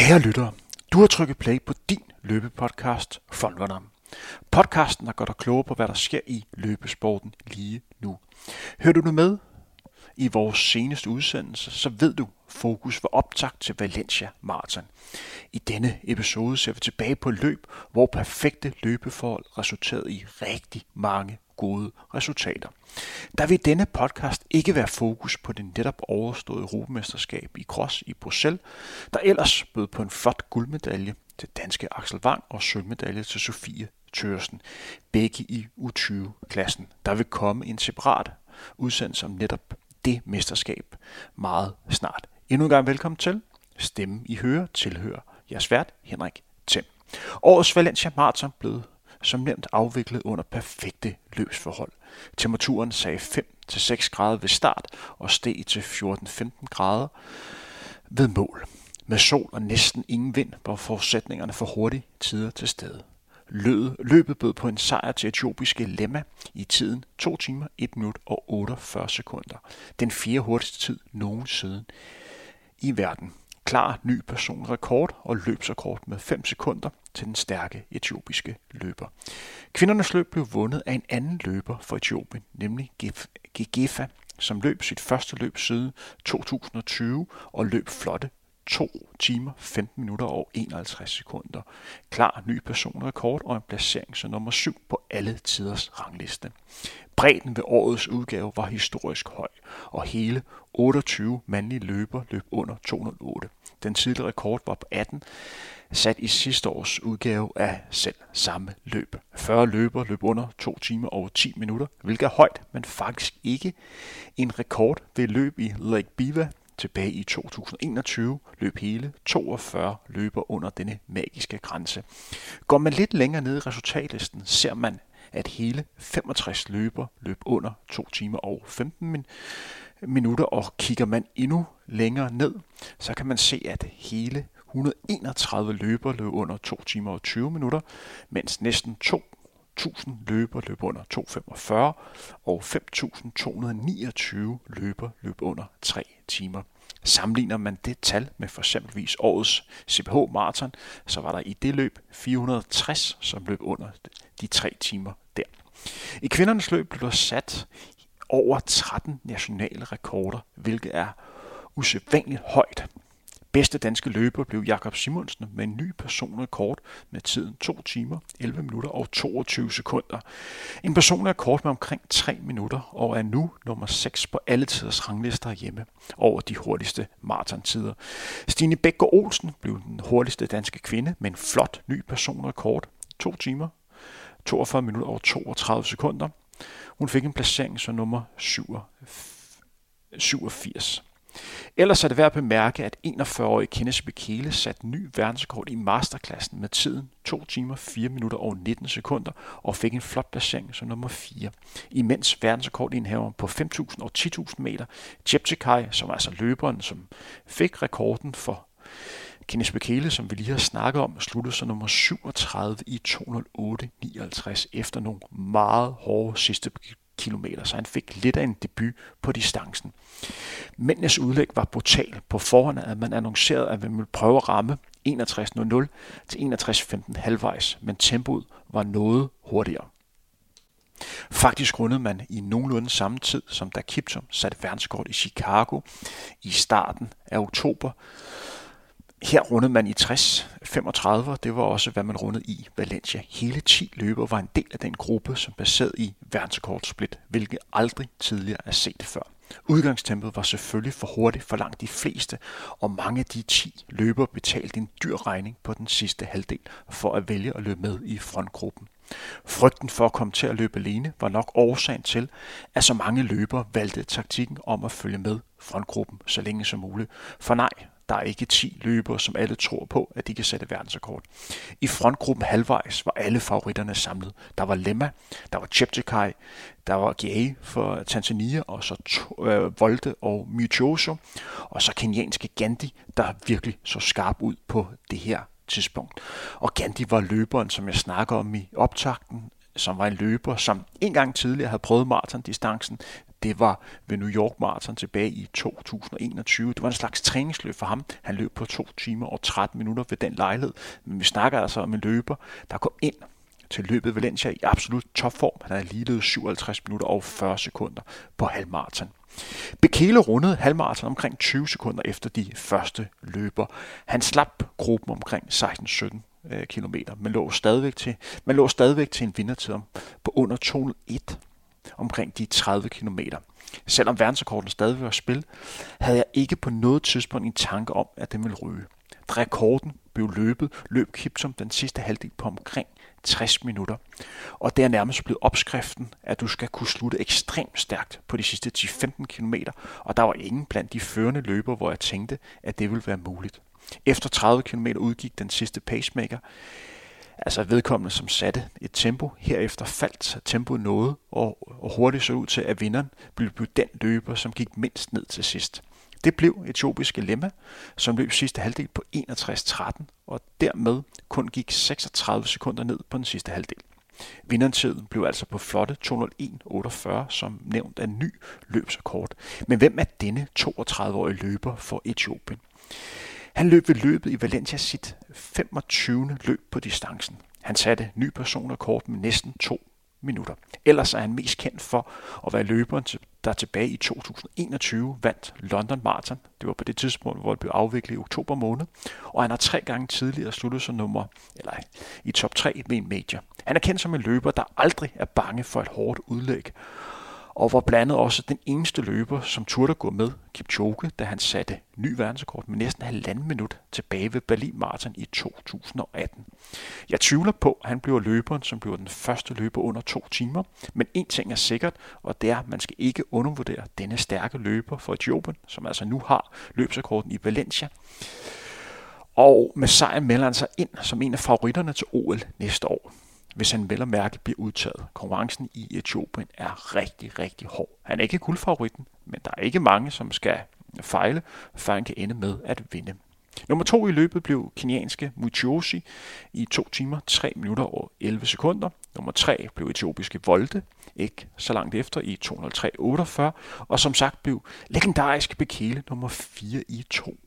Kære lyttere, du har trykket play på din løbepodcast Frontrunner. Podcasten, der gør dig klogere på, hvad der sker i løbesporten lige nu. Hører du nu med i vores seneste udsendelse, så ved du, fokus var optakt til Valencia Marathon. I denne episode ser vi tilbage på løb, hvor perfekte løbeforhold resulterede i rigtig mange gode resultater. Der vil i denne podcast ikke være fokus på det netop overståede europamesterskab i cross i Bruxelles, der ellers bød på en flot guldmedalje til danske Axel Wang og sølvmedalje til Sofie Thøgersen, begge i U20-klassen. Der vil komme en separat udsendelse om netop det mesterskab meget snart. Endnu en gang velkommen til Stemme I hører tilhører jeres vært Henrik Thiem. Årets Valencia Marathon blev som nemt afviklet under perfekte løbsforhold. Temperaturen sagde 5-6 grader ved start og steg til 14-15 grader ved mål. Med sol og næsten ingen vind var forudsætningerne for hurtige tider til stede. Løbet bød på en sejr til etiopiske Lemma i tiden 2 timer, 1 minut og 48 sekunder. Den 4. hurtigste tid nogensinde i verden. Klar ny personrekord og løbsrekord med 5 sekunder til den stærke etiopiske løber. Kvindernes løb blev vundet af en anden løber for Etiopien, nemlig Gegefa, som løb sit første løb siden 2020 og løb flotte 2 timer, 15 minutter og 51 sekunder. Klar ny personrekord og en placering som nummer 7 på alle tiders rangliste. Bredden ved årets udgave var historisk høj, og hele 28 mandlige løber løb under 208. Den tidligere rekord var på 18, sat i sidste års udgave af selv samme løb. 40 løber løb under 2 timer og 10 minutter, hvilket er højt, men faktisk ikke en rekord ved løb i Lake Biwa. Tilbage i 2021 løb hele 42 løber under denne magiske grænse. Går man lidt længere ned i resultatlisten, ser man, at hele 65 løber løb under 2 timer og 15 minutter, og kigger man endnu længere ned, så kan man se, at hele 131 løber løb under 2 timer og 20 minutter, mens næsten 2.000 løber løb under 2.45 og 5.229 løber løb under 3 timer. Sammenligner man det tal med for eksempelvis årets CPH Marathon, så var der i det løb 460, som løb under de 3 timer der. I kvindernes løb blev der sat over 13 nationale rekorder, hvilket er usædvanligt højt. Bedste danske løber blev Jakob Simonsen med en ny personrekord med tiden 2 timer, 11 minutter og 22 sekunder. En personrekord med omkring 3 minutter og er nu nummer 6 på alle tiders ranglister hjemme over de hurtigste maratontider. Stine Bækgaard Olsen blev den hurtigste danske kvinde med en flot ny personrekord, 2 timer, 42 minutter og 32 sekunder. Hun fik en placering som nummer 87. Ellers er det værd at bemærke, at 41-årige Kenneth Bekele satte ny verdensrekord i masterklassen med tiden 2 timer, 4 minutter og 19 sekunder og fik en flot placering som nummer 4. Imens verdensrekordindhaveren på 5.000 og 10.000 meter, Cheptegei, som er altså løberen, som fik rekorden for Kenneth Bekele, som vi lige har snakket om, sluttede som nummer 37 i 208.59 efter nogle meget hårde sidste kilometer, så han fik lidt af en debut på distancen. Mændenes udlæg var brutal. På forhånd at man annoncerede, at man ville prøve at ramme 61.00 til 61.15 halvvejs, men tempoet var noget hurtigere. Faktisk rundede man i nogenlunde samme tid, som da Kiptum satte verdensrekord i Chicago i starten af oktober. Her rundede man i 60-35, det var også, hvad man rundede i Valencia. Hele 10 løbere var en del af den gruppe, som baseret i verdensrekordsplit, hvilket aldrig tidligere er set før. Udgangstempet var selvfølgelig for hurtigt for langt de fleste, og mange af de 10 løbere betalte en dyr regning på den sidste halvdel for at vælge at løbe med i frontgruppen. Frygten for at komme til at løbe alene var nok årsagen til, at så mange løbere valgte taktikken om at følge med frontgruppen så længe som muligt. For nej, der er ikke 10 løbere, som alle tror på, at de kan sætte verdensrekord. I frontgruppen halvvejs var alle favoritterne samlet. Der var Lemma, der var Cheptegei, der var Gay for Tanzania, og så Volte og Myocho, og så kenyanske Gandhi, der virkelig så skarp ud på det her tidspunkt. Og Gandhi var løberen, som jeg snakker om i optakten, som var en løber, som en gang tidligere havde prøvet maratondistancen, Det var ved New York Marathon tilbage i 2021. Det var en slags træningsløb for ham. Han løb på 2 timer og 13 minutter ved den lejlighed. Men vi snakker altså om en løber, der kom ind til løbet Valencia i absolut topform. Han havde lige løbet 57 minutter og 40 sekunder på halvmarathon. Bekele rundede halvmarathon omkring 20 sekunder efter de første løber. Han slap gruppen omkring 16-17 kilometer, men lå stadigvæk til en vindertid på under 201 omkring de 30 kilometer. Selvom verdensrekorden stadig var spil, havde jeg ikke på noget tidspunkt en tanke om, at den ville ryge. Da rekorden blev løb Kiptum den sidste halvdel på omkring 60 minutter. Og det er nærmest blevet opskriften, at du skal kunne slutte ekstremt stærkt på de sidste 10-15 kilometer, og der var ingen blandt de førende løbere, hvor jeg tænkte, at det ville være muligt. Efter 30 km udgik den sidste pacemaker, altså vedkommende, som satte et tempo. Herefter faldt tempoet noget, og hurtigt så ud til, at vinderen blev den løber, som gik mindst ned til sidst. Det blev etiopiske Lemma, som løb sidste halvdel på 61.13, og dermed kun gik 36 sekunder ned på den sidste halvdel. Vindertiden blev altså på flotte 201.48, som nævnt af ny løbsrekord. Men hvem er denne 32-årige løber for Etiopien? Han løb ved løbet i Valencia sit 25. løb på distancen. Han satte ny personrekord med næsten 2 minutter. Ellers er han mest kendt for at være løberen, der tilbage i 2021 vandt London Marathon. Det var på det tidspunkt, hvor det blev afviklet i oktober måned. Og han har 3 gange tidligere sluttet som i top 3 ved en major. Han er kendt som en løber, der aldrig er bange for et hårdt udlæg. Og var blandt andet også den eneste løber, som turde gå med Kipchoge, da han satte ny verdensrekord med næsten 1,5 minut tilbage ved Berlin Marathon i 2018. Jeg tvivler på, at han bliver løberen, som bliver den første løber under 2 timer, men en ting er sikkert, og det er, at man skal ikke undervurdere denne stærke løber for Etiopien, som altså nu har løbsrekorden i Valencia. Og med sejren melder han sig ind som en af favoritterne til OL næste år, hvis han vel og mærke bliver udtaget. Konkurrencen i Etiopien er rigtig, rigtig hård. Han er ikke guldfavoritten, men der er ikke mange, som skal fejle, før han kan ende med at vinde. Nummer 2 i løbet blev kenyanske Muchiosi i 2 timer, 3 minutter og 11 sekunder. Nummer 3 blev etiopiske Volte, ikke så langt efter, i 203.48. Og som sagt blev legendariske Bekele nummer 4 i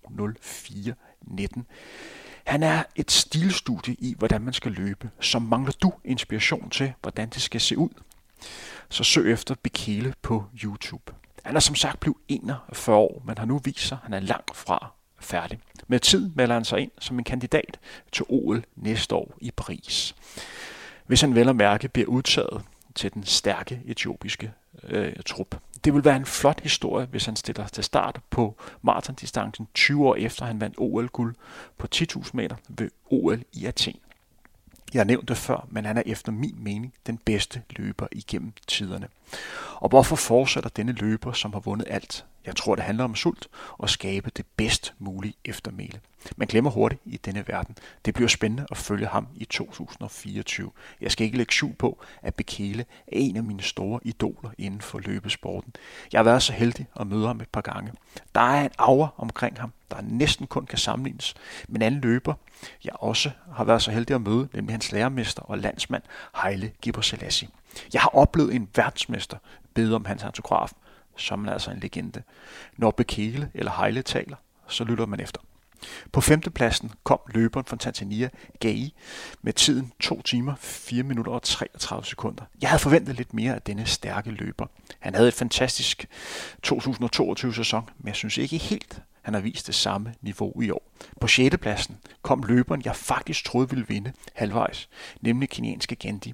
204.19. Han er et stilstudie i, hvordan man skal løbe. Så mangler du inspiration til, hvordan det skal se ud, så søg efter Bekele på YouTube. Han er som sagt blevet 41 år, men har nu vist sig, at han er langt fra færdig. Med tid melder han sig ind som en kandidat til OL næste år i Paris. Hvis han vel og mærke bliver udtaget til den stærke etiopiske trup. Det vil være en flot historie, hvis han stiller til start på maratondistancen 20 år efter han vandt OL-guld på 10.000 meter ved OL i Athen. Jeg har nævnt det før, men han er efter min mening den bedste løber igennem tiderne. Og hvorfor fortsætter denne løber, som har vundet alt? Jeg tror, det handler om sult og skabe det bedst mulige eftermæle. Man glemmer hurtigt i denne verden. Det bliver spændende at følge ham i 2024. Jeg skal ikke lægge skjul på, at Bekele er en af mine store idoler inden for løbesporten. Jeg har været så heldig at møde ham et par gange. Der er en aura omkring ham, der næsten kun kan sammenlignes med en anden løber, jeg også har været så heldig at møde, nemlig hans lærermester og landsmand Haile Gebrselassie. Jeg har oplevet en verdensmester bede om hans autograf, som er altså en legende. Når Bekele eller Haile taler, så lytter man efter. På 5. pladsen kom løberen fra Tanzania, Gai, med tiden 2 timer, 4 minutter og 33 sekunder. Jeg havde forventet lidt mere af denne stærke løber. Han havde et fantastisk 2022-sæson, men jeg synes ikke helt, han har vist det samme niveau i år. På 6. pladsen kom løberen, jeg faktisk troede ville vinde halvvejs, nemlig kenyanske Gandhi.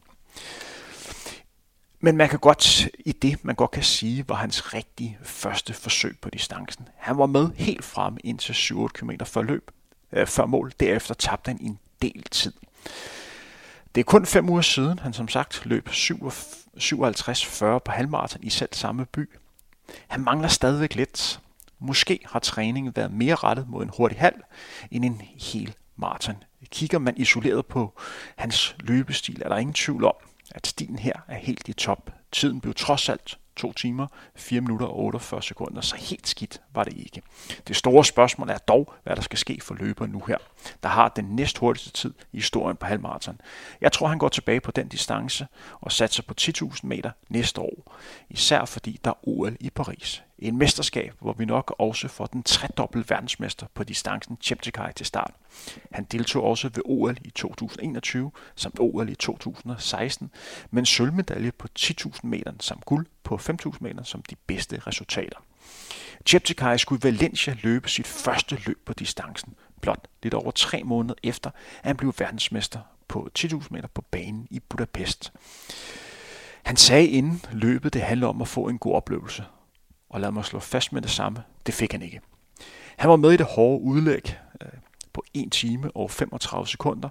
Men man godt kan sige, var hans rigtige første forsøg på distancen. Han var med helt fremme indtil 7-8 km før mål. Derefter tabte han en del tid. Det er kun 5 uger siden, han som sagt løb 57.40 på halvmarathon i selv samme by. Han mangler stadigvæk lidt. Måske har træningen været mere rettet mod en hurtig halv end en hel maraton. Kigger man isoleret på hans løbestil, er der ingen tvivl om, at stilen her er helt i top. Tiden blev trods alt 2 timer, 4 minutter og 48 sekunder, så helt skidt var det ikke. Det store spørgsmål er dog, hvad der skal ske for løberen nu her, der har den næsthurtigste tid i historien på halvmarathon. Jeg tror, han går tilbage på den distance og satser på 10.000 meter næste år, især fordi der er OL i Paris. En mesterskab, hvor vi nok også får den tredobbelte verdensmester på distancen Cheptegei til start. Han deltog også ved OL i 2021 samt OL i 2016, med en sølvmedalje på 10.000 meter samt guld på 5.000 meter som de bedste resultater. Cheptegei skulle i Valencia løbe sit første løb på distancen, blot lidt over 3 måneder efter, at han blev verdensmester på 10.000 meter på banen i Budapest. Han sagde inden løbet, det handlede om at få en god oplevelse. Og lad mig slå fast med det samme, det fik han ikke. Han var med i det hårde udlæg på 1 time og 35 sekunder,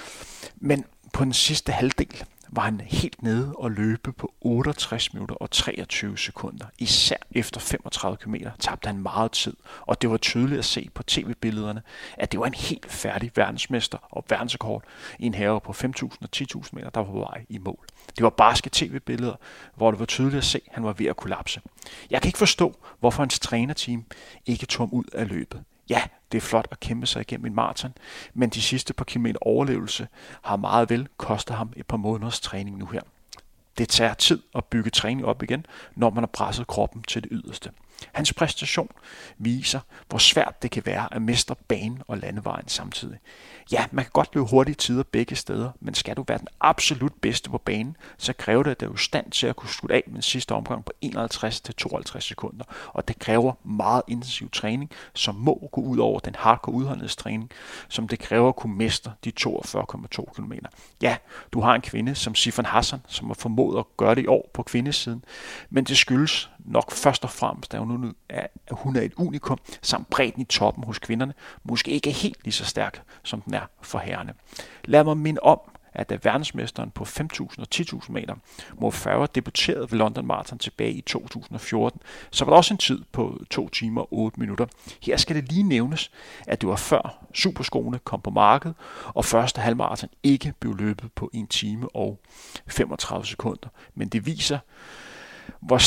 men på den sidste halvdel var han helt nede og løbe på 68 minutter og 23 sekunder. Især efter 35 km tabte han meget tid, og det var tydeligt at se på tv-billederne, at det var en helt færdig verdensmester og verdensrekord i en herre på 5.000 og 10.000 meter, der var på vej i mål. Det var barske tv-billeder, hvor det var tydeligt at se, at han var ved at kollapse. Jeg kan ikke forstå, hvorfor hans trænerteam ikke tog ham ud af løbet. Ja, det er flot at kæmpe sig igennem en maraton, men de sidste par kilometer overlevelse har meget vel kostet ham et par måneders træning nu her. Det tager tid at bygge træning op igen, når man har presset kroppen til det yderste. Hans præstation viser, hvor svært det kan være at mestre banen og landevejen samtidig. Ja, man kan godt løbe hurtige tider begge steder, men skal du være den absolut bedste på banen, så kræver det, at du er i stand til at kunne slutte af med den sidste omgang på 51-52 sekunder. Og det kræver meget intensiv træning, som må gå ud over den hardcore udholdenhedstræning, som det kræver at kunne mestre de 42,2 km. Ja, du har en kvinde som Sifan Hassan, som har formået at gøre det i år på kvindesiden, men det skyldes nok først og fremmest, at hun er et unikum, samt bredden i toppen hos kvinderne måske ikke er helt lige så stærk, som den er for herrerne. Lad mig minde om, at da verdensmesteren på 5.000 og 10.000 meter, Mo Farah, debuterede ved London Marathon tilbage i 2014, så var der også en tid på 2 timer og 8 minutter. Her skal det lige nævnes, at det var før superskoene kom på markedet, og første halvmarathon ikke blev løbet på 1 time og 35 sekunder. Men det viser, hvor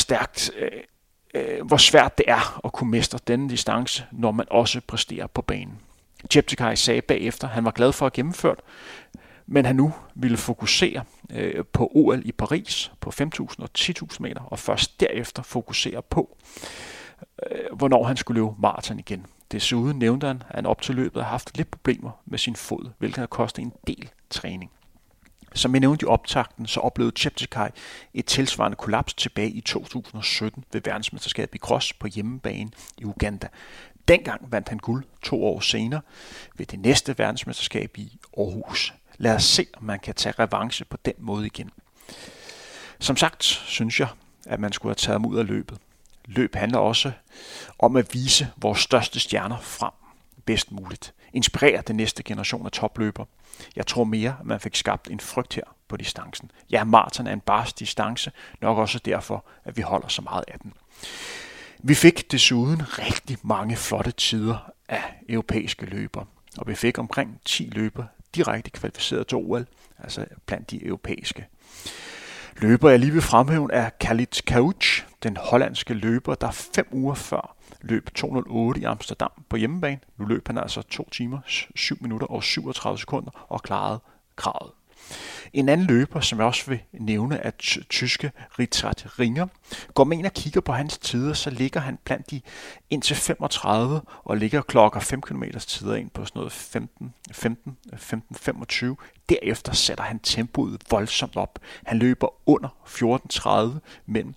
svært det er at kunne mestre denne distance, når man også præsterer på banen. Cheptegei sagde bagefter, at han var glad for at gennemføre det, men han nu ville fokusere på OL i Paris på 5.000 og 10.000 meter, og først derefter fokusere på, hvornår han skulle løbe maraton igen. Desuden nævnte han, at han op til løbet har haft lidt problemer med sin fod, hvilket har kostet en del træning. Som jeg nævnte i optakten, så oplevede Cheptegei et tilsvarende kollaps tilbage i 2017 ved verdensmesterskabet i cross på hjemmebane i Uganda. Dengang vandt han guld 2 år senere ved det næste verdensmesterskab i Aarhus. Lad os se, om man kan tage revanche på den måde igen. Som sagt, synes jeg, at man skulle have taget ham ud af løbet. Løb handler også om at vise vores største stjerner frem bedst muligt. Inspirere den næste generation af topløbere. Jeg tror mere, at man fik skabt en frygt her på distancen. Ja, maraton er en barsk distance, nok også derfor, at vi holder så meget af den. Vi fik desuden rigtig mange flotte tider af europæiske løbere, og vi fik omkring 10 løbere direkte kvalificeret til OL, altså blandt de europæiske. Løber jeg lige ved fremhæven er Khalid Kaouch, den hollandske løber, der 5 uger før løb 2:08 i Amsterdam på hjemmebane. Nu løb han altså 2 timer, 7 minutter og 37 sekunder og klarede kravet. En anden løber, som jeg også vil nævne, er tyske Richard Ringer. Går man ind og kigger på hans tider, så ligger han blandt de indtil 35 og ligger klokker 5 km tider ind på sådan noget 15-25. Derefter sætter han tempoet voldsomt op. Han løber under 14:30 mellem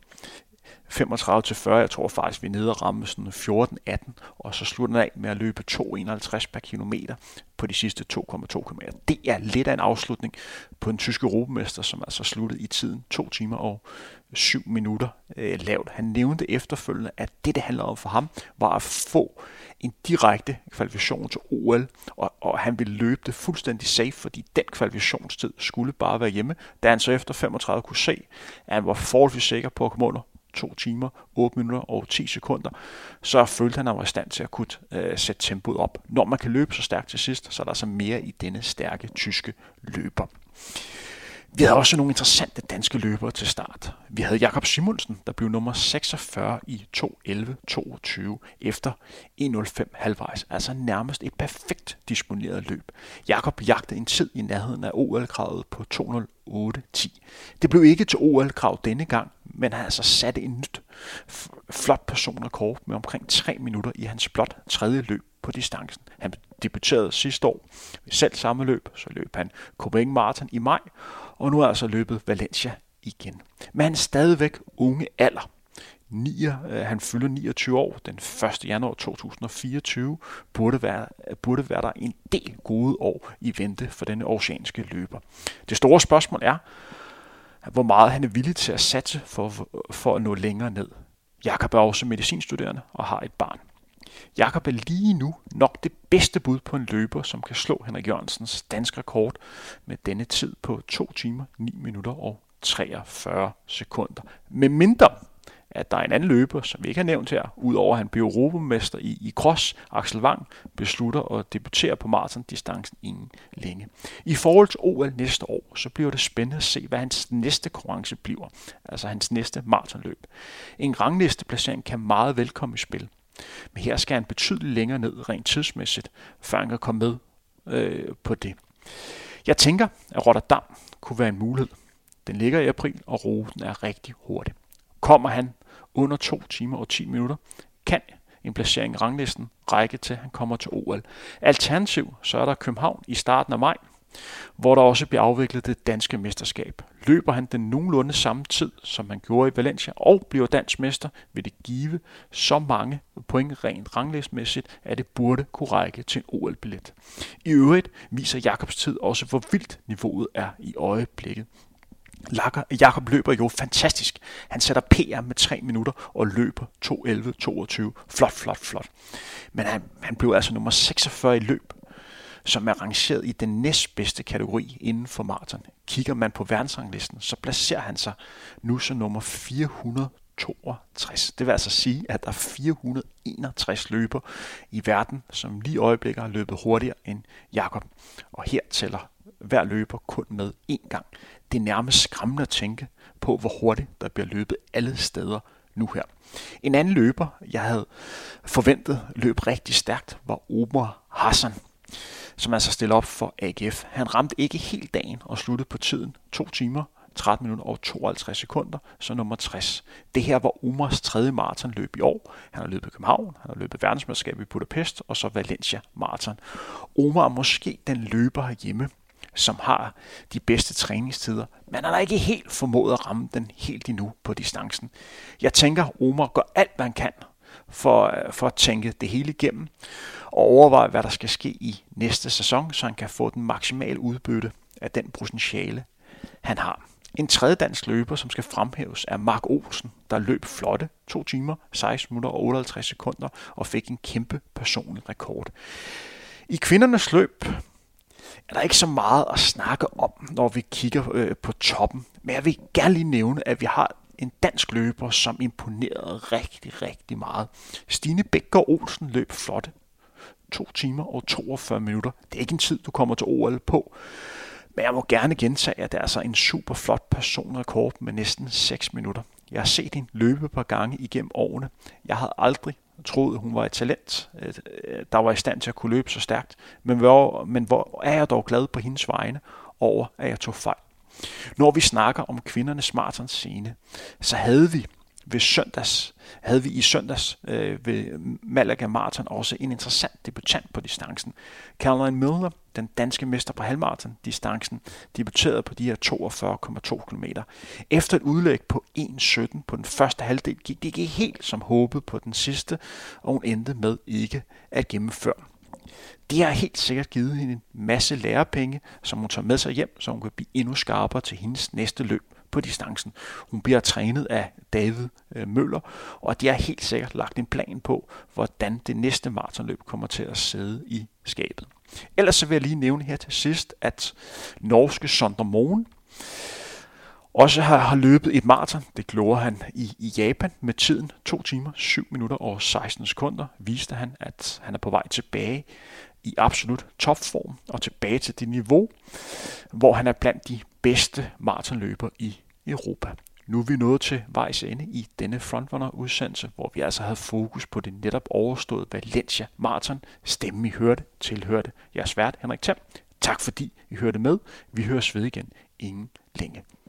35 til 40, jeg tror faktisk, vi er nede og ramme sådan 14-18, og så slutter han af med at løbe 2:51 per kilometer på de sidste 2,2 km. Det er lidt af en afslutning på den tyske europamester, som altså sluttede i tiden 2 timer og 7 minutter lavt. Han nævnte efterfølgende, at det handler om for ham, var at få en direkte kvalifikation til OL, og han ville løbe det fuldstændig safe, fordi den kvalifikationstid skulle bare være hjemme. Da han så efter 35 kunne se, at han var forholdsvis sikker på at komme under 2 timer, 8 minutter og 10 sekunder, så følte han, at han var i stand til at kunne sætte tempoet op. Når man kan løbe så stærkt til sidst, så er der altså mere i denne stærke tyske løber. Vi havde også nogle interessante danske løbere til start. Vi havde Jakob Simonsen, der blev nummer 46 i 2:11:22 efter 1:05 halvvejs. Altså nærmest et perfekt disponeret løb. Jakob jagtede en tid i nærheden af OL-kravet på 2:08:10. Det blev ikke til OL-krav denne gang, men han altså satte en nyt flot personrekord med omkring 3 minutter i hans blot tredje løb på distancen. Han debuterede sidste år ved selv samme løb, så løb han Copenhagen Marathon i maj, og nu er altså løbet Valencia igen. Men han er stadigvæk unge alder. Han fylder 29 år den 1. januar 2024, burde være der en del gode år i vente for denne oceanske løber. Det store spørgsmål er, hvor meget han er villig til at satse for at nå længere ned. Jakob er også medicinstuderende og har et barn. Jakob er lige nu nok det bedste bud på en løber, som kan slå Henrik Jørgensens danske rekord med denne tid på 2 timer, 9 minutter og 43 sekunder. Med mindre, at der er en anden løber, som vi ikke har nævnt her, udover at han blev europamester i cross, Axel Wang, beslutter at debutere på maratondistancen inden længe. I forhold til OL næste år, så bliver det spændende at se, hvad hans næste konkurrence bliver, altså hans næste maratonløb. En ranglisteplacering kan meget vel komme i spil. Men her skal han betydeligt længere ned rent tidsmæssigt, før han kan komme med på det. Jeg tænker, at Rotterdam kunne være en mulighed. Den ligger i april, og ruten er rigtig hurtig. Kommer han under 2 timer og 10 minutter, kan en placering i ranglisten række til, at han kommer til OL. Alternativ, så er der København i starten af maj, hvor der også bliver afviklet det danske mesterskab. Løber han den nogenlunde samme tid, som han gjorde i Valencia, og bliver dansk mester, vil det give så mange point rent ranglistmæssigt, at det burde kunne række til en OL-billet. I øvrigt viser Jakobs tid også, hvor vildt niveauet er i øjeblikket. Jakob løber jo fantastisk. Han sætter PR med 3 minutter og løber 2:11:22. Flot. Men han blev altså nummer 46 i løb, som er rangeret i den næstbedste kategori inden for maraton. Kigger man på verdensranglisten, så placerer han sig nu som nummer 462. Det vil altså sige, at der er 461 løber i verden, som lige i øjeblikket har løbet hurtigere end Jakob. Og her tæller hver løber kun med 1 gang. Det er nærmest skræmmende at tænke på, hvor hurtigt der bliver løbet alle steder nu her. En anden løber, jeg havde forventet løb rigtig stærkt, var Omar Hassan, som altså stiller op for AGF. Han ramte ikke helt dagen og sluttede på tiden 2 timer, 13 minutter og 52 sekunder, så nummer 60. Det her var Omars 3. maratonløb i år. Han har løbet i København, han har løbet verdensmesterskab i Budapest og så Valencia Marathon. Omar er måske den løber herhjemme, som har de bedste træningstider, men han har ikke helt formået at ramme den helt endnu på distancen. Jeg tænker, Omar gør alt, hvad han kan for at tænke det hele igennem og overveje, hvad der skal ske i næste sæson, så han kan få den maksimale udbytte af den potentiale, han har. En tredje dansk løber, som skal fremhæves, er Mark Olsen, der løb flotte 2 timer, 16 minutter og 58 sekunder og fik en kæmpe personlig rekord. I kvindernes løb er der ikke så meget at snakke om, når vi kigger på toppen. Men jeg vil gerne lige nævne, at vi har en dansk løber, som imponerede rigtig meget. Stine Bækgaard Olsen løb flotte 2 timer og 42 minutter. Det er ikke en tid, du kommer til OL på. Men jeg må gerne gentage, at det er altså en super flot personrekord med næsten 6 minutter. Jeg har set hende løbe et par gange igennem årene. Jeg havde aldrig troet, hun var et talent, der var i stand til at kunne løbe så stærkt. Men hvor er jeg dog glad på hendes vegne over, at jeg tog fejl. Når vi snakker om kvindernes maratonscene, så havde vi i søndags ved Malaga Marathon også en interessant debutant på distancen. Caroline Milner, den danske mester på halvmarathon-distancen, debuterede på de her 42,2 km. Efter et udlæg på 1:17 på den første halvdel gik det ikke helt som håbet på den sidste, og hun endte med ikke at gennemføre. Det har helt sikkert givet hende en masse lærepenge, som hun tager med sig hjem, så hun kan blive endnu skarpere til hendes næste løb på distancen. Hun bliver trænet af David Møller, og de har helt sikkert lagt en plan på, hvordan det næste maratonløb kommer til at sidde i skabet. Ellers så vil jeg lige nævne her til sidst, at norske Sondre Moen også har løbet et maraton. Det gjorde han i Japan med tiden 2 timer, 7 minutter og 16 sekunder. Viste han, at han er på vej tilbage i absolut topform og tilbage til det niveau, hvor han er blandt de bedste maratonløber i Europa. Nu er vi nået til vejs ende i denne Frontrunner-udsendelse, hvor vi altså havde fokus på det netop overståede Valencia Marathon. Stemmen I hørte tilhørte jeres vært Henrik Tam. Tak fordi I hørte med. Vi høres ved igen inden længe.